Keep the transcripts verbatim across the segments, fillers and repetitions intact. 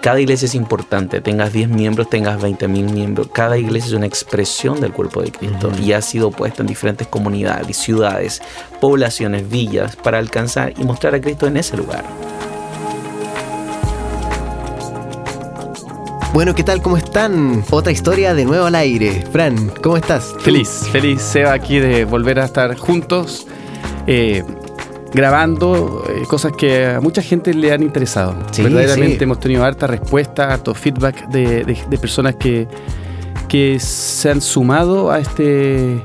cada iglesia es importante, tengas diez miembros, tengas veinte mil miembros, cada iglesia es una expresión del cuerpo de Cristo uh-huh. y ha sido puesta en diferentes comunidades, ciudades, poblaciones, villas, para alcanzar y mostrar a Cristo en ese lugar. Bueno, ¿qué tal? ¿Cómo están? Otra historia de nuevo al aire. Fran, ¿cómo estás? Feliz, feliz, Seba, aquí de volver a estar juntos, eh, grabando eh, cosas que a mucha gente le han interesado. Sí, verdaderamente sí. Hemos tenido harta respuesta, harto feedback de, de, de personas que, que se han sumado a este...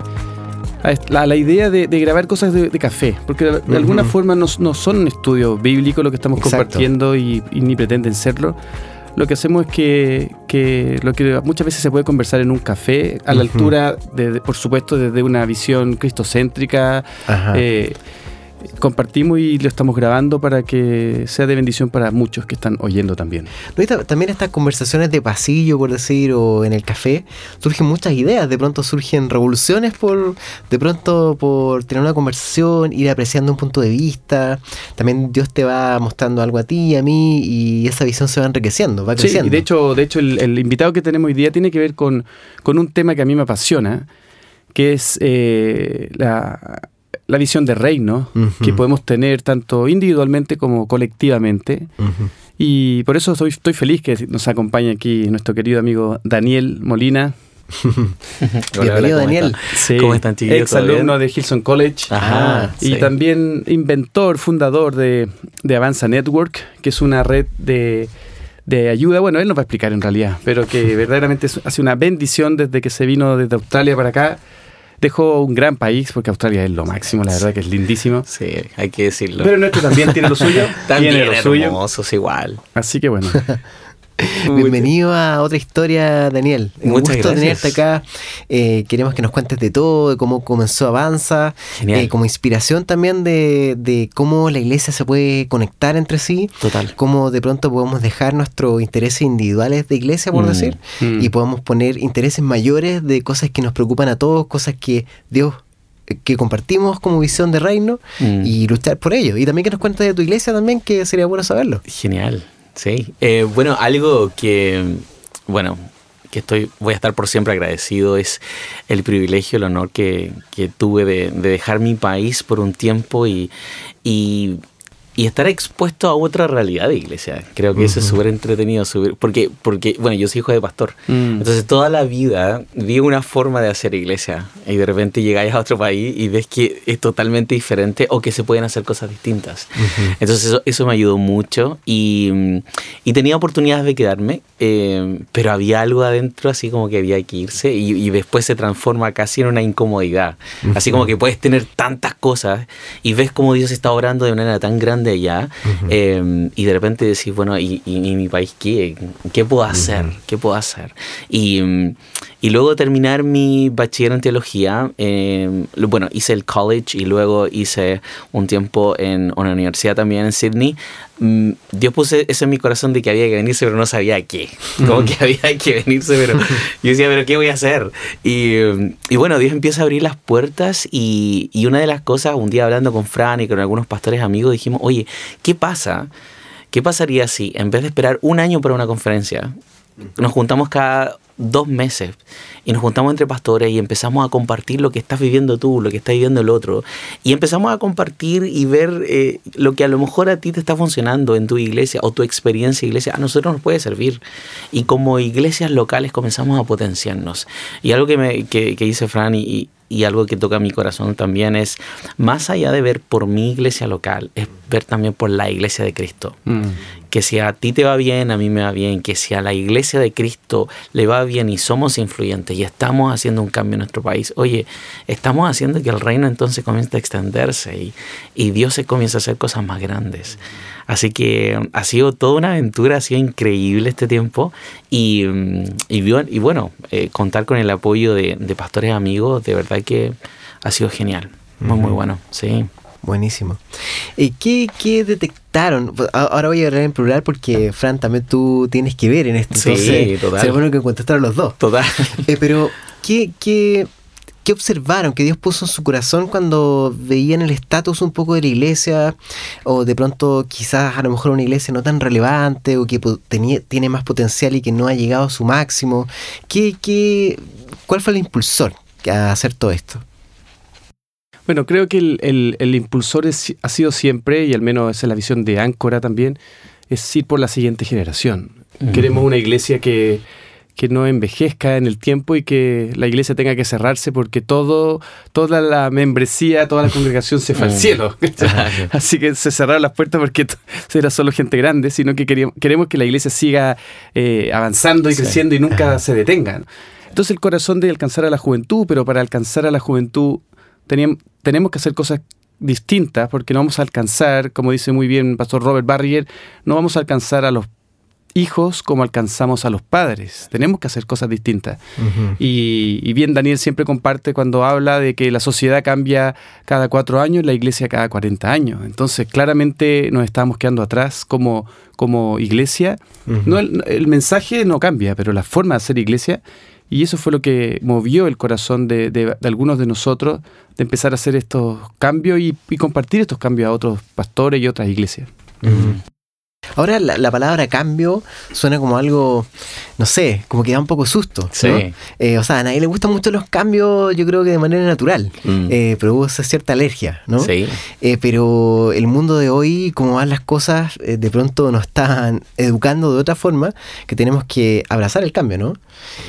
a la, la idea de, de grabar cosas de, de café, porque de, de uh-huh. alguna forma no, no son un estudio bíblico lo que estamos Exacto. compartiendo y, y ni pretenden serlo. Lo que hacemos es que, que lo que muchas veces se puede conversar en un café, a la uh-huh. altura, de, de, por supuesto, desde una visión cristocéntrica. Eh, compartimos y lo estamos grabando para que sea de bendición para muchos que están oyendo también. También estas conversaciones de pasillo, por decir, o en el café, surgen muchas ideas. De pronto surgen revoluciones por, de pronto por tener una conversación, ir apreciando un punto de vista. También Dios te va mostrando algo a ti y a mí y esa visión se va enriqueciendo, va creciendo. Sí, y de hecho, de hecho el, el invitado que tenemos hoy día tiene que ver con, con un tema que a mí me apasiona, que es eh, la... la visión de reino uh-huh. que podemos tener tanto individualmente como colectivamente. Uh-huh. Y por eso estoy, estoy feliz que nos acompañe aquí nuestro querido amigo Daniel Molina. Bienvenido, hola, Daniel. Sí, ¿Cómo están, chiquillos? Ex alumno de Hillsong College. Ajá, y sí. también inventor, fundador de, de Avanza Network, que es una red de... de ayuda, bueno, él nos va a explicar en realidad, pero que verdaderamente hace una bendición desde que se vino desde Australia para acá. Dejó un gran país, porque Australia es lo máximo, la verdad que es lindísimo. Sí, hay que decirlo. Pero nuestro también tiene lo suyo. También tiene lo suyo. Hermosos igual. Así que bueno. Bienvenido a otra historia, Daniel. Un Muchas gusto gracias. tenerte acá. Eh, queremos que nos cuentes de todo, de cómo comenzó Avanza, eh, como inspiración también de, de cómo la iglesia se puede conectar entre sí. Total. Cómo de pronto podemos dejar nuestros intereses individuales de iglesia, por mm, decir, mm. y podemos poner intereses mayores de cosas que nos preocupan a todos, cosas que Dios que compartimos como visión de reino mm. y luchar por ello. Y también que nos cuentes de tu iglesia también, que sería bueno saberlo. Genial. Sí, eh, bueno, algo que, bueno, que estoy, voy a estar por siempre agradecido es el privilegio, el honor que, que tuve de, de dejar mi país por un tiempo y, y, y estar expuesto a otra realidad de iglesia. Creo que uh-huh. eso es súper entretenido, super, porque, porque, bueno, yo soy hijo de pastor, mm. entonces toda la vida vi una forma de hacer iglesia y de repente llegáis a otro país y ves que es totalmente diferente o que se pueden hacer cosas distintas. Uh-huh. Entonces eso, eso me ayudó mucho y, y tenía oportunidades de quedarme, eh, pero había algo adentro así como que había que irse y, y después se transforma casi en una incomodidad. Uh-huh. Así como que puedes tener tantas cosas y ves cómo Dios está obrando de manera tan grande de allá uh-huh. eh, y de repente decís, bueno, ¿y, y, y mi país qué? ¿Qué puedo hacer? Uh-huh. ¿Qué puedo hacer? Y, y luego terminar mi bachiller en teología, eh, bueno, hice el college y luego hice un tiempo en una universidad también en Sydney. Dios puso eso en mi corazón de que había que venirse, pero no sabía qué. Como uh-huh. que había que venirse, pero yo decía, ¿pero qué voy a hacer? Y, y bueno, Dios empieza a abrir las puertas y, y una de las cosas, un día hablando con Fran y con algunos pastores amigos, dijimos, oye, ¿qué pasa? ¿Qué pasaría si en vez de esperar un año para una conferencia, nos juntamos cada dos meses y nos juntamos entre pastores y empezamos a compartir lo que estás viviendo tú, lo que está viviendo el otro, y empezamos a compartir y ver eh, lo que a lo mejor a ti te está funcionando en tu iglesia o tu experiencia de iglesia, a nosotros nos puede servir, y como iglesias locales comenzamos a potenciarnos. Y algo que, me, que, que dice Fran y, y algo que toca mi corazón también es, más allá de ver por mi iglesia local, es ver también por la iglesia de Cristo. Mm. Que si a ti te va bien, a mí me va bien, que si a la iglesia de Cristo le va bien y somos influyentes y estamos haciendo un cambio en nuestro país, oye, estamos haciendo que el reino entonces comience a extenderse y, y Dios se comienza a hacer cosas más grandes. Así que ha sido toda una aventura, ha sido increíble este tiempo y, y, y bueno, eh, contar con el apoyo de, de pastores amigos, de verdad que ha sido genial, muy, muy bueno, sí. Buenísimo. Eh, ¿qué, ¿Qué detectaron? Ahora voy a hablar en plural porque, Fran, también tú tienes que ver en esto. Sí, entonces, total. sería bueno que contestaran los dos. Total. Eh, pero, ¿qué, qué, ¿qué observaron? ¿Qué Dios puso en su corazón cuando veían el estatus un poco de la iglesia? O de pronto quizás a lo mejor una iglesia no tan relevante o que tenía, tiene más potencial y que no ha llegado a su máximo. ¿Qué, qué, ¿Cuál fue el impulsor a hacer todo esto? Bueno, creo que el, el, el impulsor es, ha sido siempre, y al menos esa es la visión de Áncora también, es ir por la siguiente generación. Uh-huh. Queremos una iglesia que, que no envejezca en el tiempo y que la iglesia tenga que cerrarse porque todo, toda la membresía, toda la congregación se fue al cielo. Así que se cerraron las puertas porque t- era solo gente grande, sino que queríamos, queremos que la iglesia siga eh, avanzando y sí. creciendo y nunca se detenga. Entonces el corazón de alcanzar a la juventud, pero para alcanzar a la juventud teníamos, tenemos que hacer cosas distintas porque no vamos a alcanzar, como dice muy bien Pastor Robert Barrier, no vamos a alcanzar a los hijos como alcanzamos a los padres. Tenemos que hacer cosas distintas. Uh-huh. Y, y bien, Daniel siempre comparte cuando habla de que la sociedad cambia cada cuatro años, la iglesia cada cuarenta años. Entonces, claramente nos estamos quedando atrás como, como iglesia. Uh-huh. No, el, el mensaje no cambia, pero la forma de hacer iglesia. Y eso fue lo que movió el corazón de, de, de algunos de nosotros de empezar a hacer estos cambios y, y compartir estos cambios a otros pastores y otras iglesias. Uh-huh. Ahora la, la palabra cambio suena como algo, no sé, como que da un poco susto, sí. ¿no? Eh, o sea, a nadie le gustan mucho los cambios, yo creo que de manera natural, mm. eh, produce cierta alergia, ¿no? Sí. Eh, pero el mundo de hoy, como van las cosas, eh, de pronto nos están educando de otra forma, que tenemos que abrazar el cambio, ¿no?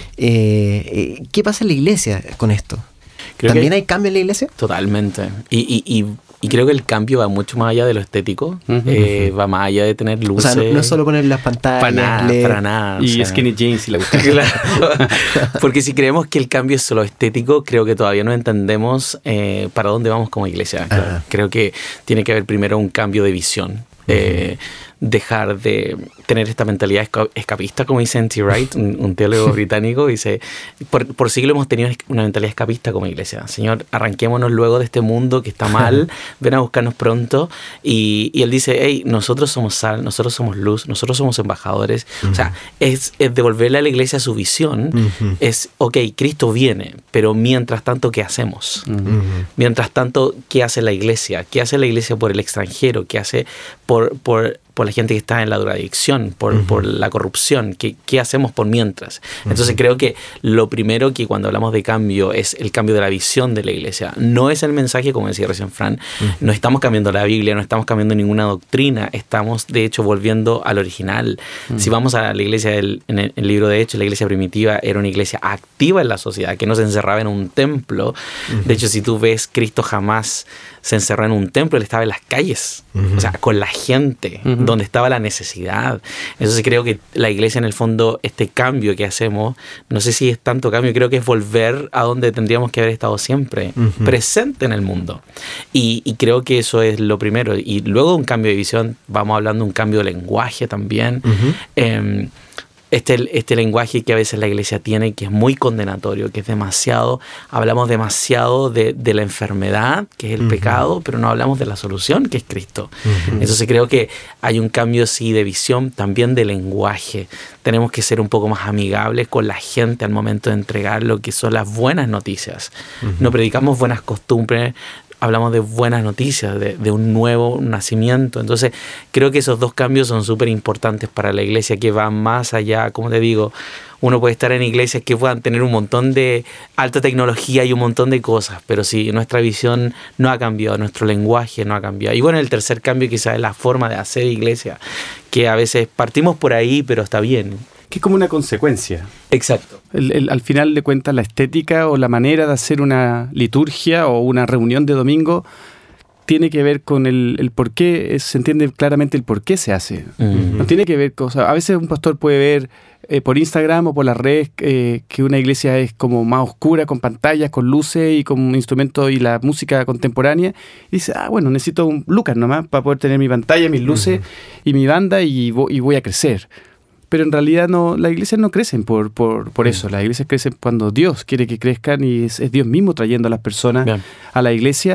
Eh, eh, ¿Qué pasa en la iglesia con esto? Creo ¿También que hay cambio en la iglesia? Totalmente. Y, y, y, y creo que el cambio va mucho más allá de lo estético. Uh-huh. Eh, va más allá de tener luces. O sea, no, no es solo poner las pantallas. Para nada, para nada. Y o sea, skinny jeans y la cuestión. Claro. Porque si creemos que el cambio es solo estético, creo que todavía no entendemos eh, para dónde vamos como iglesia. Claro. Creo que tiene que haber primero un cambio de visión. Uh-huh. Eh, dejar de tener esta mentalidad escapista, como dice N T Wright, un, un teólogo británico, dice, por, por siglo hemos tenido una mentalidad escapista como iglesia. Señor, arranquémonos luego de este mundo que está mal, ven a buscarnos pronto. Y, y él dice, hey, nosotros somos sal, nosotros somos luz, nosotros somos embajadores. Uh-huh. O sea, es, es devolverle a la iglesia su visión. Uh-huh. Es, ok, Cristo viene, pero mientras tanto, ¿qué hacemos? Uh-huh. Mientras tanto, ¿qué hace la iglesia? ¿Qué hace la iglesia por el extranjero? ¿Qué hace por... por por la gente que está en la drogadicción, por, uh-huh. por la corrupción, ¿qué, qué hacemos por mientras? Entonces uh-huh. creo que lo primero que cuando hablamos de cambio es el cambio de la visión de la iglesia. No es el mensaje, como decía recién Fran, uh-huh. no estamos cambiando la Biblia, no estamos cambiando ninguna doctrina, estamos de hecho volviendo al original. Uh-huh. Si vamos a la iglesia, del, en el, el libro de Hechos, la iglesia primitiva era una iglesia activa en la sociedad, que no se encerraba en un templo. Uh-huh. De hecho, si tú ves, Cristo jamás se encerró en un templo, él estaba en las calles, uh-huh. o sea, con la gente, uh-huh. donde estaba la necesidad. Entonces creo que la iglesia, en el fondo, este cambio que hacemos, no sé si es tanto cambio, creo que es volver a donde tendríamos que haber estado siempre, uh-huh. presente en el mundo. Y, y creo que eso es lo primero. Y luego un cambio de visión, vamos hablando de un cambio de lenguaje también. Uh-huh. Eh, Este, este lenguaje que a veces la iglesia tiene, que es muy condenatorio, que es demasiado, hablamos demasiado de, de la enfermedad, que es el uh-huh. pecado, pero no hablamos de la solución, que es Cristo. Uh-huh. Entonces creo que hay un cambio, sí, de visión, también de lenguaje. Tenemos que ser un poco más amigables con la gente al momento de entregar lo que son las buenas noticias. Uh-huh. No predicamos buenas costumbres, hablamos de buenas noticias, de, de un nuevo nacimiento. Entonces, creo que esos dos cambios son súper importantes para la iglesia, que van más allá. Como te digo, uno puede estar en iglesias que puedan tener un montón de alta tecnología y un montón de cosas, pero si nuestra visión no ha cambiado, nuestro lenguaje no ha cambiado. Y bueno, el tercer cambio quizás es la forma de hacer iglesia, que a veces partimos por ahí, pero está bien. Que es como una consecuencia. Exacto. El, el, al final de cuentas, la estética o la manera de hacer una liturgia o una reunión de domingo tiene que ver con el, el por qué, se entiende claramente el por qué se hace. Uh-huh. No tiene que ver con... O sea, a veces un pastor puede ver eh, por Instagram o por las redes eh, que una iglesia es como más oscura, con pantallas, con luces y con instrumentos y la música contemporánea. Y dice, ah, bueno, necesito un Lucas nomás para poder tener mi pantalla, mis luces uh-huh. y mi banda y, vo- y voy a crecer. Pero en realidad no, las iglesias no crecen por, por, por eso. Las iglesias crecen cuando Dios quiere que crezcan y es, es Dios mismo trayendo a las personas Bien. a la iglesia.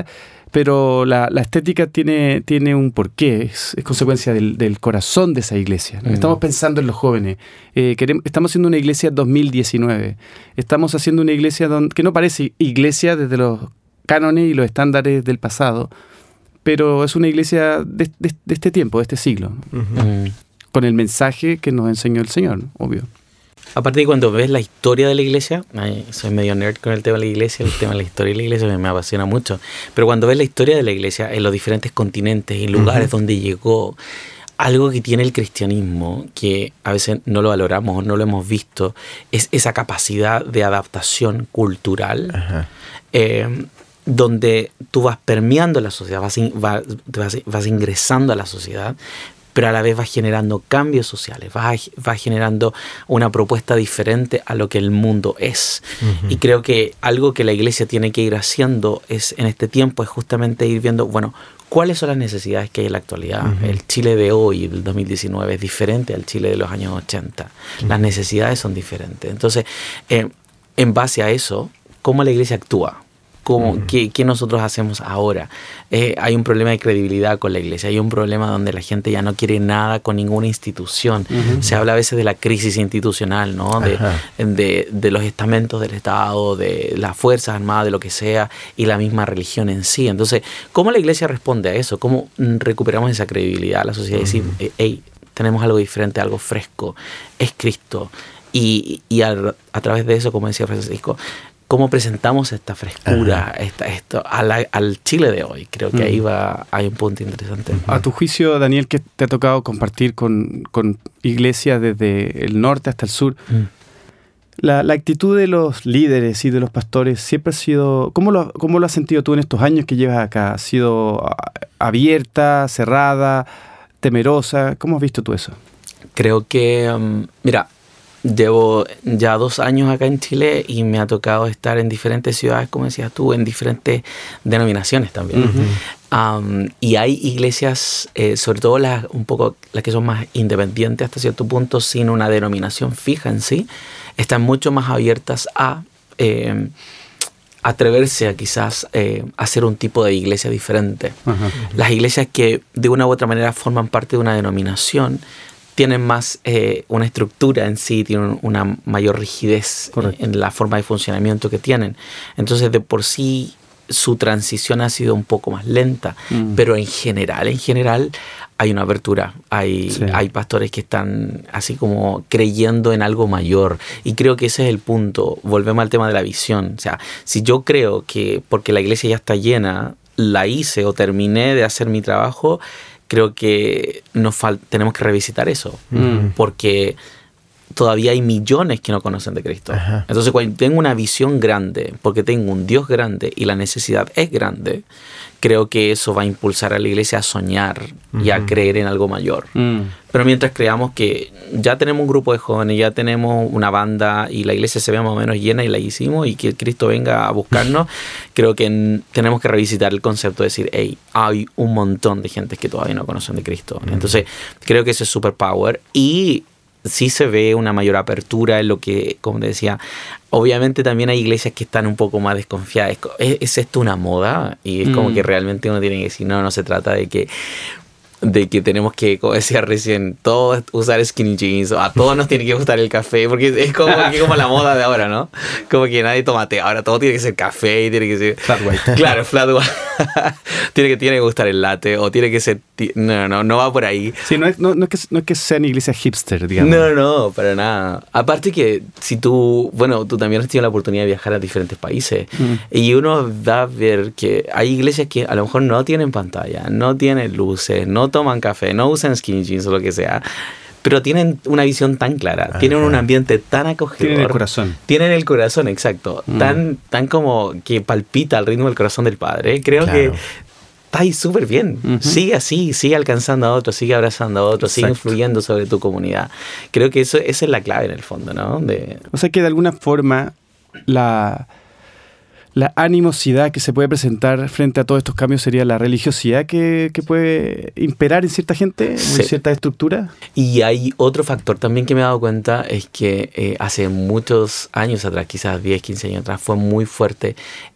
pero la, la estética tiene, tiene un porqué, es, es consecuencia del, del corazón de esa iglesia, ¿no? Mm. Estamos pensando en los jóvenes, eh, queremos, estamos haciendo una iglesia dos mil diecinueve, estamos haciendo una iglesia donde, que no parece iglesia desde los cánones y los estándares del pasado, pero es una iglesia de, de, de este tiempo, de este siglo, uh-huh. mm. con el mensaje que nos enseñó el Señor, obvio. Aparte de cuando ves la historia de la iglesia, ay, soy medio nerd con el tema de la iglesia, el tema de la historia de la iglesia me, me apasiona mucho, pero cuando ves la historia de la iglesia en los diferentes continentes y lugares uh-huh. donde llegó, algo que tiene el cristianismo, que a veces no lo valoramos o no lo hemos visto, es esa capacidad de adaptación cultural, uh-huh. eh, donde tú vas permeando la sociedad, vas, in, vas, vas, vas ingresando a la sociedad, pero a la vez vas generando cambios sociales, vas, vas generando una propuesta diferente a lo que el mundo es. Uh-huh. Y creo que algo que la iglesia tiene que ir haciendo es, en este tiempo, es justamente ir viendo, bueno, cuáles son las necesidades que hay en la actualidad. Uh-huh. El Chile de hoy, del dos mil diecinueve, es diferente al Chile de los años ochenta. Uh-huh. Las necesidades son diferentes. Entonces, eh, en base a eso, ¿cómo la iglesia actúa? ¿Cómo, uh-huh. ¿qué, ¿Qué nosotros hacemos ahora? Eh, hay un problema de credibilidad con la iglesia. Hay un problema donde la gente ya no quiere nada con ninguna institución. Uh-huh. Se habla a veces de la crisis institucional, ¿no? De, de, de los estamentos del Estado, de las Fuerzas Armadas, de lo que sea, y la misma religión en sí. Entonces, ¿cómo la iglesia responde a eso? ¿Cómo recuperamos esa credibilidad a la sociedad? Uh-huh. Y decir, hey, tenemos algo diferente, algo fresco, es Cristo. Y, y a, a través de eso, como decía Francisco, ¿cómo presentamos esta frescura, esta, esto a la, al Chile de hoy? Creo que mm. ahí va, hay un punto interesante. A tu juicio, Daniel, que te ha tocado compartir con, con iglesias desde el norte hasta el sur, mm. la, la actitud de los líderes y de los pastores siempre ha sido... ¿Cómo lo, cómo lo has sentido tú en estos años que llevas acá? ¿Ha sido abierta, cerrada, temerosa? ¿Cómo has visto tú eso? Creo que, um, mira... Llevo ya dos años acá en Chile y me ha tocado estar en diferentes ciudades, como decías tú, en diferentes denominaciones también. Uh-huh. Um, y hay iglesias, eh, sobre todo las un poco las que son más independientes hasta cierto punto, sin una denominación fija en sí, están mucho más abiertas a eh, atreverse a quizás eh, hacer un tipo de iglesia diferente. Uh-huh. Las iglesias que de una u otra manera forman parte de una denominación tienen más eh, una estructura en sí, tienen una mayor rigidez Correcto. en la forma de funcionamiento que tienen. Entonces, de por sí, su transición ha sido un poco más lenta. Mm. Pero en general, en general, hay una apertura. Hay, sí. hay pastores que están así como creyendo en algo mayor. Y creo que ese es el punto. Volvemos al tema de la visión. O sea, si yo creo que porque la iglesia ya está llena, la hice o terminé de hacer mi trabajo, creo que nos fal- tenemos que revisitar eso, mm. porque todavía hay millones que no conocen de Cristo. Ajá. Entonces, cuando tengo una visión grande, porque tengo un Dios grande y la necesidad es grande, creo que eso va a impulsar a la iglesia a soñar uh-huh. y a creer en algo mayor. Mm. Pero mientras creamos que ya tenemos un grupo de jóvenes, ya tenemos una banda y la iglesia se ve más o menos llena y la hicimos y que Cristo venga a buscarnos, creo que n- tenemos que revisitar el concepto de decir, hey, hay un montón de gente que todavía no conocen de Cristo. Mm. Entonces, creo que eso es superpower y sí se ve una mayor apertura en lo que, como te decía, obviamente también hay iglesias que están un poco más desconfiadas. ¿Es, es esto una moda? Y es mm. como que realmente uno tiene que decir, no, no se trata de que de que tenemos que, como decía recién, todos usar skinny jeans, o a todos nos tiene que gustar el café, porque es como, que como la moda de ahora, ¿no? Como que nadie toma té, ahora todo tiene que ser café y tiene que ser... Flat white. Claro, flat white. tiene, que, tiene que gustar el latte, o tiene que ser... No, no, no va por ahí. Sí, no es, no, no es, que, no es que sean iglesias hipster, digamos. No, no, para nada. Aparte que si tú, bueno, tú también has tenido la oportunidad de viajar a diferentes países, mm. y uno da a ver que hay iglesias que a lo mejor no tienen pantalla, no tienen luces, no toman café, no usan skinny jeans o lo que sea, pero tienen una visión tan clara, Ajá. tienen un ambiente tan acogedor. Tienen el corazón. Tienen el corazón, exacto. Mm. Tan, tan como que palpita al ritmo del corazón del Padre. Creo claro. que está ahí súper bien. Uh-huh. Sigue así, sigue alcanzando a otros, sigue abrazando a otros, exacto. sigue influyendo sobre tu comunidad. Creo que eso, esa es la clave en el fondo, ¿no? De... O sea que de alguna forma la... la animosidad que se puede presentar frente a todos estos cambios sería la religiosidad que, que puede imperar en cierta gente, sí. en cierta estructura. Y hay otro factor también que me he dado cuenta, es que eh, hace muchos años atrás, quizás diez, quince años atrás, fue muy fuerte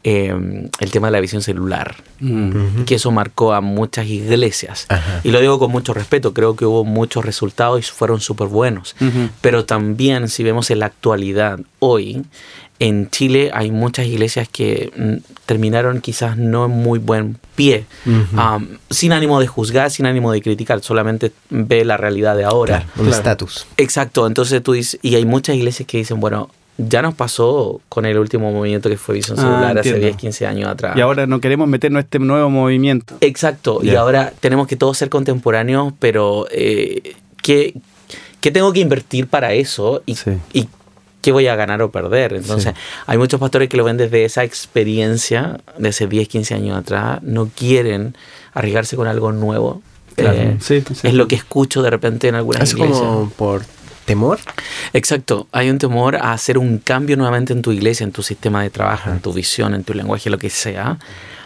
eh, el tema de la visión celular, uh-huh. que eso marcó a muchas iglesias. Uh-huh. Y lo digo con mucho respeto, creo que hubo muchos resultados y fueron súper buenos. Uh-huh. Pero también, si vemos en la actualidad, hoy, en Chile hay muchas iglesias que mm, terminaron quizás no en muy buen pie, uh-huh. um, sin ánimo de juzgar, sin ánimo de criticar, solamente ve la realidad de ahora. Claro, un estatus. Claro. Exacto, entonces tú dices, y hay muchas iglesias que dicen, bueno, ya nos pasó con el último movimiento que fue Visión Celular ah, hace diez, quince años atrás. Y ahora no queremos meternos en este nuevo movimiento. Exacto, yeah. y ahora tenemos que todos ser contemporáneos, pero eh, ¿qué, ¿qué tengo que invertir para eso? Y, sí. y ¿qué voy a ganar o perder? Entonces, sí. hay muchos pastores que lo ven desde esa experiencia de hace diez, quince años atrás, no quieren arriesgarse con algo nuevo. Claro. Eh, sí, sí. Es lo que escucho de repente en algunas ¿Es iglesias. ¿Es como por temor? Exacto. Hay un temor a hacer un cambio nuevamente en tu iglesia, en tu sistema de trabajo, uh-huh. en tu visión, en tu lenguaje, lo que sea.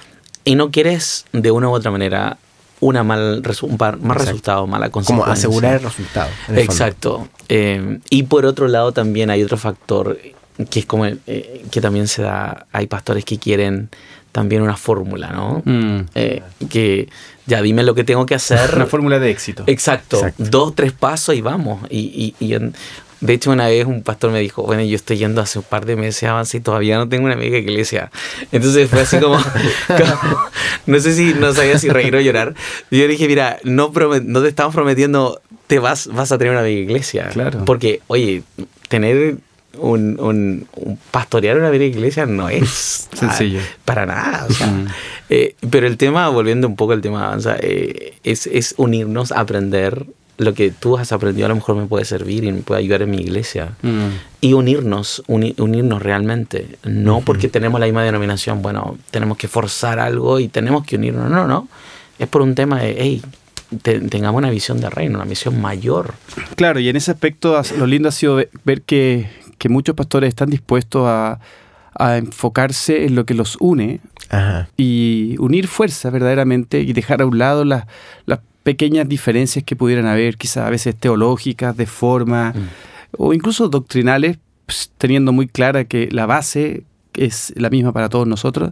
Y no quieres, de una u otra manera, una mal, resu- un par, mal resultado, mala consecuencia. Como asegurar el resultado. El Exacto. Eh, y por otro lado también hay otro factor que es como eh, que también se da, hay pastores que quieren también una fórmula, ¿no? Mm. Eh, que ya dime lo que tengo que hacer. Una fórmula de éxito. Exacto. Exacto. Dos, tres pasos y vamos. Y, y, y en, de hecho, una vez un pastor me dijo, bueno, yo estoy yendo hace un par de meses avance y todavía no tengo una amiga iglesia. Entonces fue así como, como no sé si, no sabía si reír o llorar. Y yo dije, mira, no, promet, no te estamos prometiendo, te vas, vas a tener una amiga iglesia. Claro. Porque, oye, tener un, un, un pastorear una amiga iglesia no es sencillo. A, para nada. O sea, mm. eh, pero el tema, volviendo un poco al tema, o sea, eh, es, es unirnos a aprender. Lo que tú has aprendido a lo mejor me puede servir y me puede ayudar en mi iglesia. Mm. Y unirnos, uni, unirnos realmente. No uh-huh. porque tenemos la misma denominación, bueno, tenemos que forzar algo y tenemos que unirnos. No, no. Es por un tema de, hey, te, tengamos una visión de reino, una visión mayor. Claro, y en ese aspecto lo lindo ha sido ver que, que muchos pastores están dispuestos a, a enfocarse en lo que los une. Ajá. Y unir fuerza verdaderamente y dejar a un lado las las pequeñas diferencias que pudieran haber, quizás a veces teológicas, de forma, mm. o incluso doctrinales, pues, teniendo muy clara que la base es la misma para todos nosotros.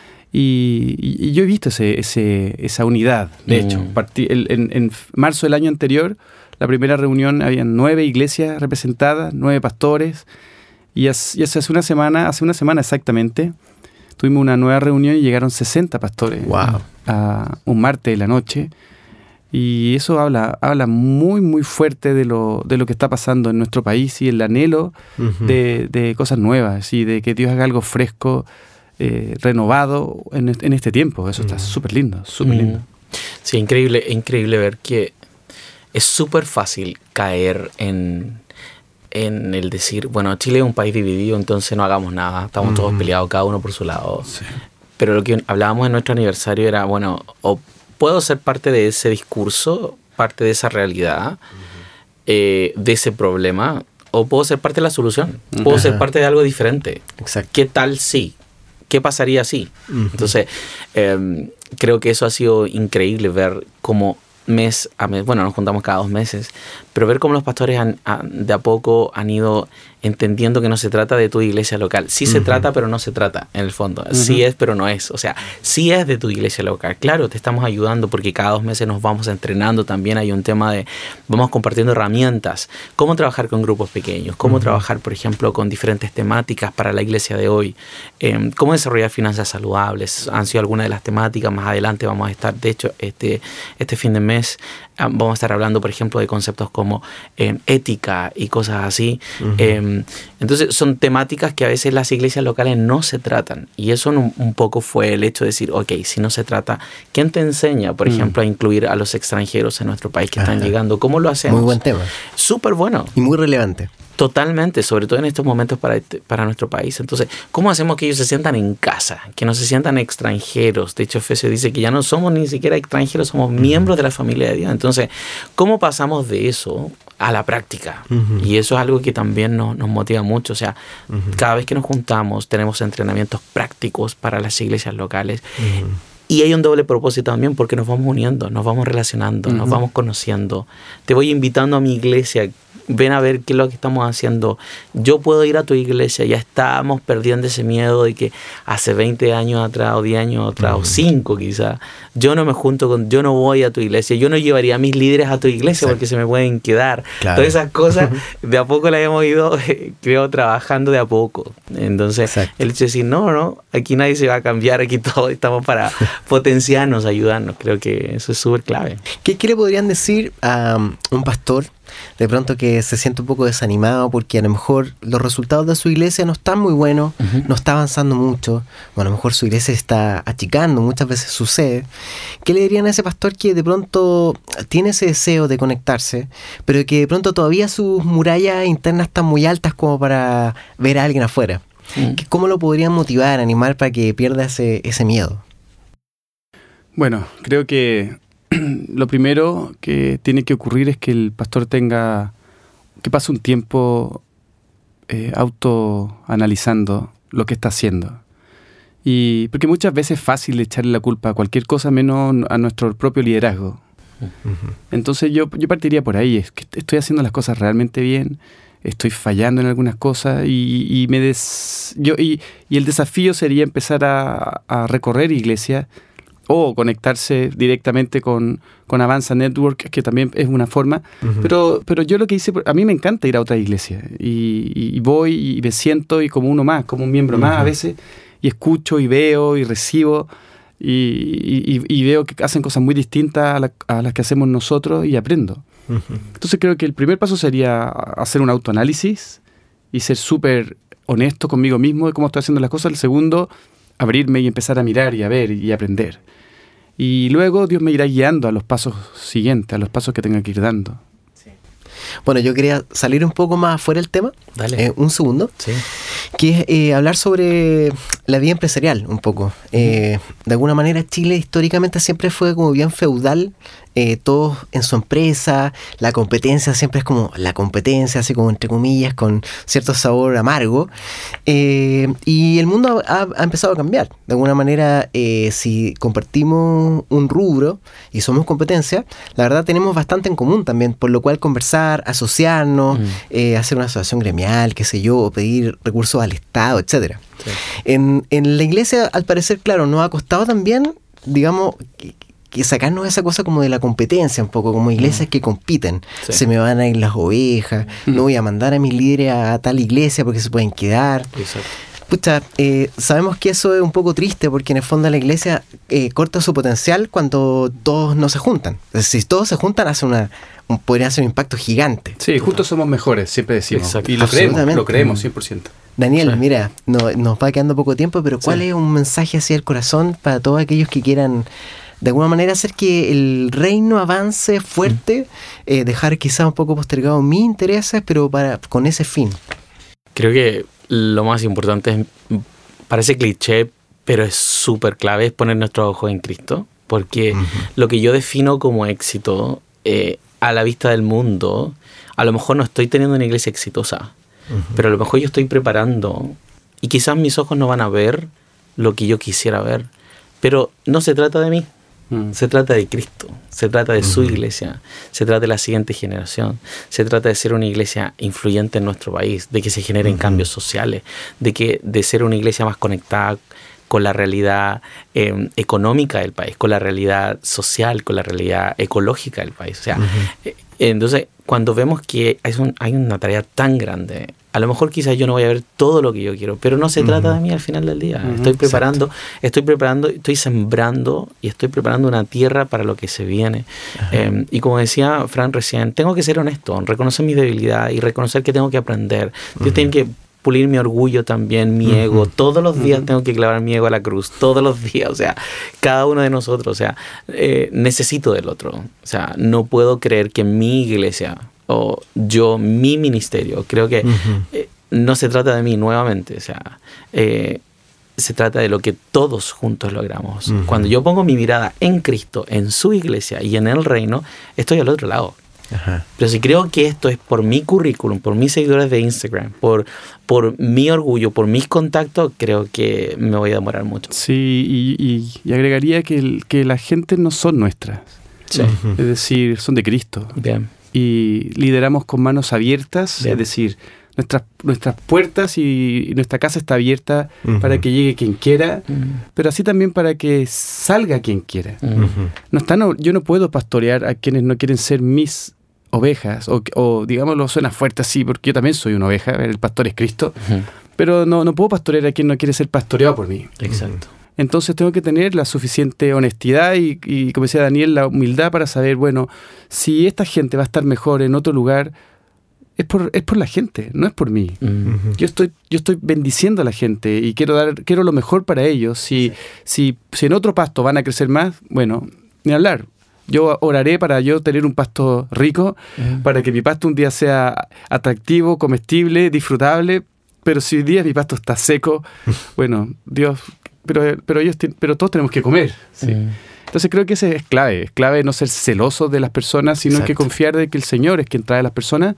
Y, y, y yo he visto ese, ese, esa unidad. De mm. hecho, partí, el, en, en marzo del año anterior, la primera reunión, habían nueve iglesias representadas, nueve pastores, y hace, y hace una semana, hace una semana exactamente, tuvimos una nueva reunión y llegaron sesenta pastores. Wow. A un martes de la noche. Y eso habla, habla muy, muy fuerte de lo, de lo que está pasando en nuestro país y el anhelo uh-huh. de, de cosas nuevas y de que Dios haga algo fresco, eh, renovado en, en este tiempo. Eso uh-huh. está súper lindo, súper uh-huh. lindo. Sí, increíble, increíble ver que es súper fácil caer en, en el decir, bueno, Chile es un país dividido, entonces no hagamos nada, estamos uh-huh. todos peleados, cada uno por su lado. Sí. Pero lo que hablábamos en nuestro aniversario era, bueno, o puedo ser parte de ese discurso, parte de esa realidad, uh-huh. eh, de ese problema, o puedo ser parte de la solución, puedo uh-huh. ser parte de algo diferente. Exacto. ¿Qué tal si? ¿Qué pasaría si? Uh-huh. Entonces, eh, creo que eso ha sido increíble ver cómo mes a mes, bueno, nos juntamos cada dos meses, pero ver cómo los pastores han, han, de a poco han ido entendiendo que no se trata de tu iglesia local. Sí uh-huh. se trata, pero no se trata, en el fondo. Uh-huh. Sí es, pero no es. O sea, sí es de tu iglesia local. Claro, te estamos ayudando porque cada dos meses nos vamos entrenando. También hay un tema de, vamos compartiendo herramientas. Cómo trabajar con grupos pequeños. Cómo uh-huh. trabajar, por ejemplo, con diferentes temáticas para la iglesia de hoy. Eh, cómo desarrollar finanzas saludables. Han sido algunas de las temáticas. Más adelante vamos a estar, de hecho, este, este fin de mes, vamos a estar hablando, por ejemplo, de conceptos como eh, ética y cosas así. Uh-huh. Eh, entonces, son temáticas que a veces las iglesias locales no se tratan. Y eso un, un poco fue el hecho de decir, ok, si no se trata, ¿quién te enseña, por uh-huh. ejemplo, a incluir a los extranjeros en nuestro país que están Ajá. llegando? ¿Cómo lo hacemos? Muy buen tema. Súper bueno. Y muy relevante. Totalmente, sobre todo en estos momentos para, para nuestro país. Entonces, ¿cómo hacemos que ellos se sientan en casa? Que no se sientan extranjeros. De hecho, Efesios dice que ya no somos ni siquiera extranjeros, somos uh-huh. miembros de la familia de Dios. Entonces, ¿cómo pasamos de eso a la práctica. Uh-huh. Y eso es algo que también nos, nos motiva mucho. O sea, uh-huh. cada vez que nos juntamos tenemos entrenamientos prácticos para las iglesias locales. Uh-huh. Y hay un doble propósito también porque nos vamos uniendo, nos vamos relacionando, uh-huh. nos vamos conociendo. Te voy invitando a mi iglesia. Ven a ver qué es lo que estamos haciendo. Yo puedo ir a tu iglesia. Ya estamos perdiendo ese miedo de que hace veinte años atrás o diez años atrás uh-huh. o cinco quizás, yo no me junto con, yo no voy a tu iglesia. Yo no llevaría a mis líderes a tu iglesia. Exacto. Porque se me pueden quedar. Claro. Todas esas cosas de a poco las hemos ido, creo, trabajando de a poco. Entonces, exacto. el hecho de decir, no, no, aquí nadie se va a cambiar, aquí todos estamos para potenciarnos, ayudarnos. Creo que eso es súper clave. ¿Qué, ¿Qué le podrían decir a um, un pastor de pronto que se siente un poco desanimado porque a lo mejor los resultados de su iglesia no están muy buenos, uh-huh. no está avanzando mucho, o a lo mejor su iglesia está achicando, muchas veces sucede? ¿Qué le dirían a ese pastor que de pronto tiene ese deseo de conectarse, pero que de pronto todavía sus murallas internas están muy altas como para ver a alguien afuera? Uh-huh. ¿Cómo lo podrían motivar, animar para que pierda ese, ese miedo? Bueno, creo que lo primero que tiene que ocurrir es que el pastor tenga, que pase un tiempo eh, autoanalizando lo que está haciendo. Y porque muchas veces es fácil echarle la culpa a cualquier cosa menos a nuestro propio liderazgo. Uh-huh. Entonces yo, yo partiría por ahí, es que estoy haciendo las cosas realmente bien, estoy fallando en algunas cosas y, y, me des, yo, y, y el desafío sería empezar a, a recorrer iglesias o conectarse directamente con, con Avanza Network, que también es una forma. Uh-huh. Pero, pero yo lo que hice, a mí me encanta ir a otra iglesia. Y, y, y voy y me siento y como uno más, como un miembro uh-huh. más a veces, y escucho y veo y recibo y, y, y veo que hacen cosas muy distintas a, la, a las que hacemos nosotros y aprendo. Uh-huh. Entonces creo que el primer paso sería hacer un autoanálisis y ser súper honesto conmigo mismo de cómo estoy haciendo las cosas. El segundo, abrirme y empezar a mirar y a ver y aprender. Y luego Dios me irá guiando a los pasos siguientes, a los pasos que tenga que ir dando. Sí. Bueno, yo quería salir un poco más fuera del tema, Dale. Eh, un segundo, sí. que es eh, hablar sobre la vida empresarial un poco. Eh, de alguna manera Chile históricamente siempre fue como bien feudal, eh, todos en su empresa, la competencia siempre es como la competencia, así como entre comillas, con cierto sabor amargo, eh, y el mundo ha, ha empezado a cambiar. De alguna manera, eh, si compartimos un rubro y somos competencia, la verdad tenemos bastante en común también, por lo cual conversar, asociarnos, mm. eh, hacer una asociación gremial, qué sé yo, o pedir recursos al Estado, etcétera. Sí. En, en la iglesia, al parecer, claro, nos ha costado también, digamos, que, que sacarnos esa cosa como de la competencia, un poco como iglesias mm. que compiten. Sí. Se me van a ir las ovejas, mm. no voy a mandar a mis líderes a tal iglesia porque se pueden quedar. Exacto. Pucha, eh, sabemos que eso es un poco triste porque en el fondo la iglesia eh, corta su potencial cuando todos no se juntan. Es decir, si todos se juntan, hace una, un, podría hacer un impacto gigante. Sí, juntos somos mejores, siempre decimos. Exacto. Y lo creemos, lo creemos cien por ciento. Daniel, sí. mira, no, nos va quedando poco tiempo, pero ¿cuál sí. es un mensaje hacia el corazón para todos aquellos que quieran de alguna manera hacer que el reino avance fuerte, mm. eh, dejar quizás un poco postergado mis intereses, pero para con ese fin? Creo que lo más importante es, parece cliché, pero es súper clave, es poner nuestros ojos en Cristo, porque uh-huh. lo que yo defino como éxito eh, a la vista del mundo, a lo mejor no estoy teniendo una iglesia exitosa, uh-huh. pero a lo mejor yo estoy preparando y quizás mis ojos no van a ver lo que yo quisiera ver, pero no se trata de mí. Mm. Se trata de Cristo, se trata de uh-huh. su iglesia, se trata de la siguiente generación, se trata de ser una iglesia influyente en nuestro país, de que se generen uh-huh. cambios sociales, de que de ser una iglesia más conectada con la realidad eh, económica del país, con la realidad social, con la realidad ecológica del país. O sea, uh-huh. eh, entonces, cuando vemos que hay, un, hay una tarea tan grande, a lo mejor quizás yo no voy a ver todo lo que yo quiero, pero no se uh-huh. trata de mí al final del día. Uh-huh. Estoy preparando, Exacto. estoy preparando, estoy sembrando y estoy preparando una tierra para lo que se viene. Uh-huh. Eh, y como decía Fran recién, tengo que ser honesto, reconocer mi debilidad y reconocer que tengo que aprender. Dios uh-huh. tiene que pulir mi orgullo también, mi uh-huh. ego. Todos los días uh-huh. tengo que clavar mi ego a la cruz. Todos los días. O sea, cada uno de nosotros. O sea, eh, necesito del otro. O sea, no puedo creer que mi iglesia o yo, mi ministerio, creo que uh-huh. eh, no se trata de mí nuevamente. O sea, eh, se trata de lo que todos juntos logramos. Uh-huh. Cuando yo pongo mi mirada en Cristo, en su iglesia y en el reino, estoy al otro lado. Ajá. Pero si creo que esto es por mi currículum, por mis seguidores de Instagram, por, por mi orgullo, por mis contactos, creo que me voy a demorar mucho. Sí, y, y, y agregaría que, el, que la gente no son nuestras. Sí. Uh-huh. Es decir, son de Cristo. Bien. Y lideramos con manos abiertas, Bien. es decir, nuestras, nuestras puertas y, y nuestra casa está abierta uh-huh. para que llegue quien quiera, uh-huh. pero así también para que salga quien quiera. Uh-huh. No está, no, yo no puedo pastorear a quienes no quieren ser mis ovejas, o, o digámoslo, suena fuerte así, porque yo también soy una oveja, el pastor es Cristo, uh-huh. pero no, no puedo pastorear a quien no quiere ser pastoreado por mí. Exacto. Entonces tengo que tener la suficiente honestidad y, y, como decía Daniel, la humildad para saber, bueno, si esta gente va a estar mejor en otro lugar, es por, es por la gente, no es por mí. Uh-huh. Yo estoy, yo estoy bendiciendo a la gente y quiero dar, quiero lo mejor para ellos. Si, sí. si, si en otro pasto van a crecer más, bueno, ni hablar. Yo oraré para yo tener un pasto rico, uh-huh. para que mi pasto un día sea atractivo, comestible, disfrutable, pero si hoy día mi pasto está seco, bueno, Dios, pero, pero, ellos te, pero todos tenemos que comer. ¿sí? Uh-huh. Entonces creo que ese es clave, es clave no ser celosos de las personas, sino Exacto. que confiar de que el Señor es quien trae a las personas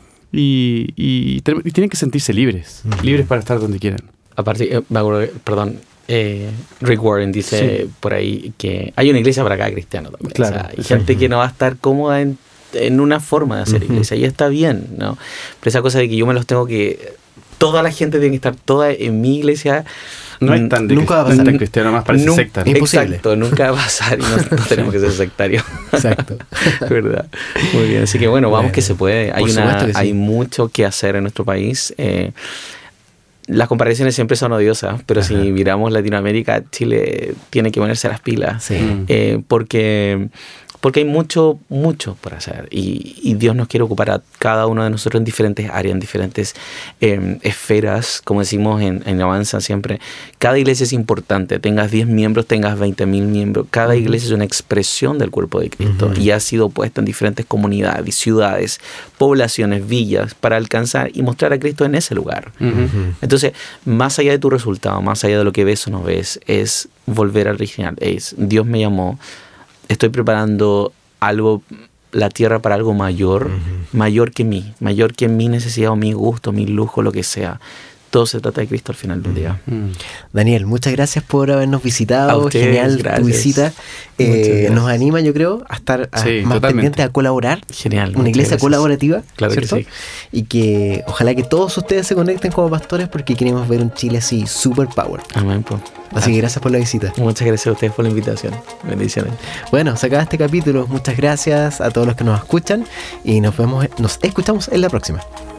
y, y, y tienen que sentirse libres, uh-huh. libres para estar donde quieran. Aparte, eh, me acuerdo, perdón, Eh, Rick Warren dice sí. por ahí que hay una iglesia para cada cristiano también. Claro, o sea, hay gente que no va a estar cómoda en, en una forma de hacer uh-huh. iglesia y está bien, ¿no? Pero esa cosa de que yo me los tengo que... Toda la gente tiene que estar toda en mi iglesia. No es tan de nunca va a pasar. No es tan cristiano, más parece no, secta. ¿no? Exacto, nunca va a pasar y no, no tenemos que ser sectarios. Exacto. ¿Verdad? Muy bien, así que bueno, vamos bueno, que se puede. Hay, una, que sí. hay mucho que hacer en nuestro país. Eh, Las comparaciones siempre son odiosas, pero Ajá. si miramos Latinoamérica, Chile tiene que ponerse las pilas, sí. eh, porque, porque hay mucho, mucho por hacer y, y Dios nos quiere ocupar a cada uno de nosotros en diferentes áreas, en diferentes eh, esferas, como decimos en, en Avanza siempre. Cada iglesia es importante, tengas diez miembros, tengas veinte mil miembros, cada uh-huh. iglesia es una expresión del cuerpo de Cristo uh-huh. y ha sido puesta en diferentes comunidades y ciudades, poblaciones, villas, para alcanzar y mostrar a Cristo en ese lugar. Uh-huh. Entonces, más allá de tu resultado, más allá de lo que ves o no ves, es volver al original. Es, Dios me llamó, estoy preparando algo, la tierra para algo mayor, uh-huh. mayor que mí, mayor que mi necesidad o mi gusto, mi lujo, lo que sea. Todo se trata de Cristo al final del día. Mm. Daniel, muchas gracias por habernos visitado. A ustedes, Genial gracias. Tu visita. Eh, nos anima, yo creo, a estar a, sí, más pendientes a colaborar. Genial. Una iglesia gracias. colaborativa. Claro ¿cierto? que sí. Y que ojalá que todos ustedes se conecten como pastores porque queremos ver un Chile así, super power. Amén. Pues. Así que gracias por la visita. Muchas gracias a ustedes por la invitación. Bendiciones. Bueno, se acaba este capítulo. Muchas gracias a todos los que nos escuchan y nos vemos, nos escuchamos en la próxima.